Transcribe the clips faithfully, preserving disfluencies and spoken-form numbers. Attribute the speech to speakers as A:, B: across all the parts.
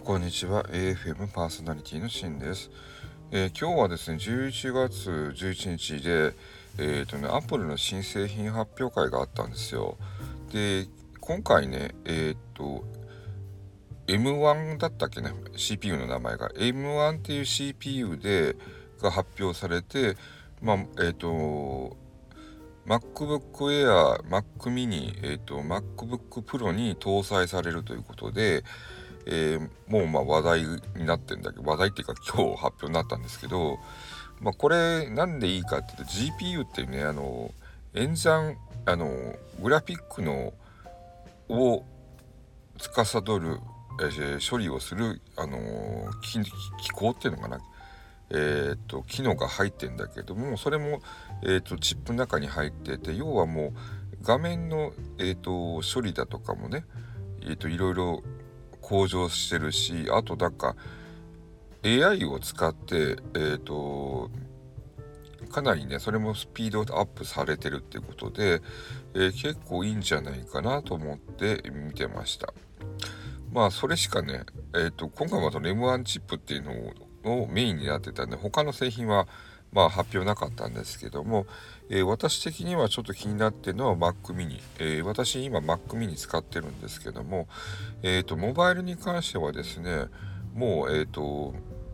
A: こんにちは。 エーエフエム パーソナリティのシンです。えー今日はですねじゅういちがつじゅういちにちでえっ、とね Apple の新製品発表会があったんですよ。で今回ねえっ、と エムワン だったっけね シーピーユー の名前が エムワン っていう シーピーユー でが発表されて、まあえっ、と MacBook Air、Mac mini、えっ、と MacBook Pro に搭載されるということで、えーもうまあ話題になってんだけど、話題っていうか今日発表になったんですけど、まあこれなんでいいかっていうと ジーピーユー っていうね、あの演算あのグラフィックのを司る、えー処理をするあの機機構っていうのかな、えー、と機能が入ってんだけども、それも、えー、とチップの中に入ってて、要はもう画面の、えー、と処理だとかもね、えー、といろいろ向上してるし、あとなんか エーアイ を使ってえー、とかなりねそれもスピードアップされてるっていうことで、えー結構いいんじゃないかなと思って見てました。まあそれしかね、えっ、と今回はその エムワン チップっていうのをメインになってたんで、他の製品はまあ発表なかったんですけども、えー私的にはちょっと気になってるのは Mac mini、えー私今 Mac mini 使ってるんですけども、えっ、とモバイルに関してはですね、もうえっ、と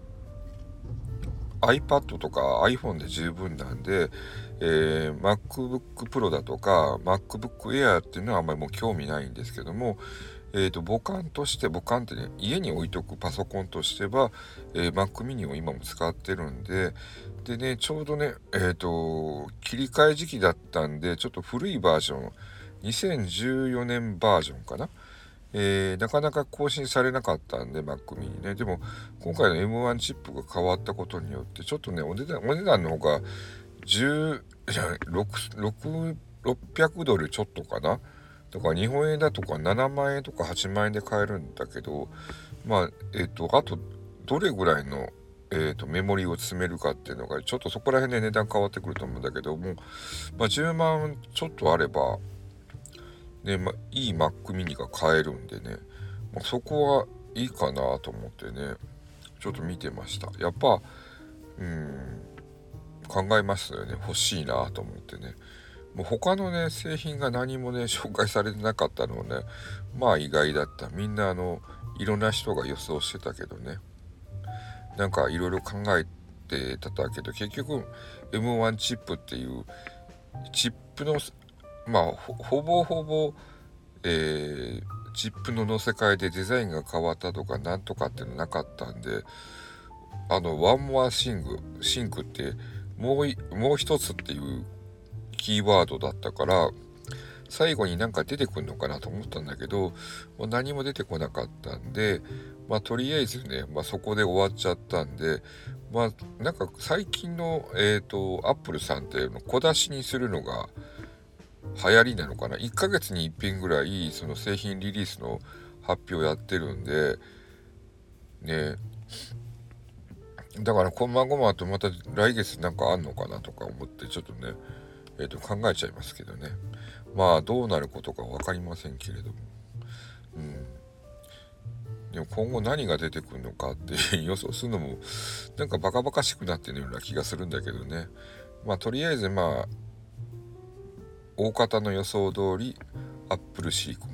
A: iPad とか iPhone で十分なんで、えー MacBook Pro だとか MacBook Air っていうのはあんまりもう興味ないんですけども、えーと母艦として母艦ってね、家に置いとくパソコンとしては、えー Mac mini を今も使ってるんで、でねちょうどねえーと切り替え時期だったんで、ちょっと古いバージョン、にせんじゅうよねんバージョンかな、えーなかなか更新されなかったんで Mac mini ね。でも今回の エムワン チップが変わったことによってちょっとねお値段お値段の方がじゅういやろく ろく ろっぴゃくドルちょっとかな。だから日本円だとかななまん円とかはちまん円で買えるんだけど、まあえっ、とあとどれぐらいのえー、とメモリを積めるかっていうのがちょっとそこら辺で値段変わってくると思うんだけども、まあ、じゅうまんちょっとあればね、まあ、いい Mac mini が買えるんでね、まあ、そこはいいかなと思ってねちょっと見てました。やっぱうん考えますよね、欲しいなと思ってね。もう他のね製品が何もね紹介されてなかったのをね、まあ意外だった。みんなあのいろんな人が予想してたけどね、なんかいろいろ考えてたけど結局 エムワン チップっていうチップのまあほほぼほぼ、えーチップの乗せ替えでデザインが変わったとかなんとかってのなかったんで、あのワンモアシングシンクってもういもう一つっていうキーワードだったから、最後になんか出てくるのかなと思ったんだけど、もう何も出てこなかったんで、まあとりあえずね、まあそこで終わっちゃったんで、まあなんか最近のえっ、とアップルさんって小出しにするのが流行りなのかな。いっかげつに一遍ぐらいその製品リリースの発表やってるんでね、だからこまごまとまた来月なんかあんのかなとか思ってちょっとね、えー、と考えちゃいますけどね。まあどうなることか分かりませんけれども、うん、でも今後何が出てくるのかって予想するのもなんかバカバカしくなってるような気がするんだけどね。まあとりあえずまあ大方の予想通りアップルシーク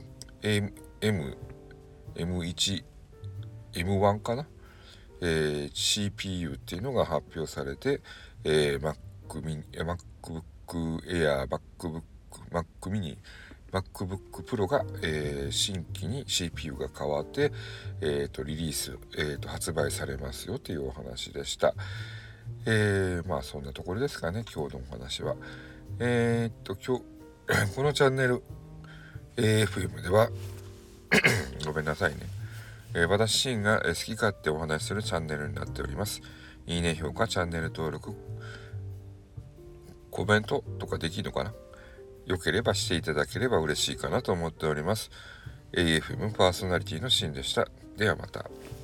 A: M、エムワン、エムワン かな、えー、シーピーユー っていうのが発表されて、えー、Mac mini、MacBook Air、MacBook、Mac mini、MacBook Pro が、えー、新規に シーピーユー が変わって、えー、とリリース、えー、と発売されますよというお話でした。えー、まあそんなところですかね、今日のお話は。えー、っと今日このチャンネル エーエフエム ではごめんなさいね、えー、私シンが好き勝手お話しするチャンネルになっております。いいね、評価、チャンネル登録、コメントとかできるのかな、よければしていただければ嬉しいかなと思っております。エーエフエム パーソナリティのシンでした。ではまた。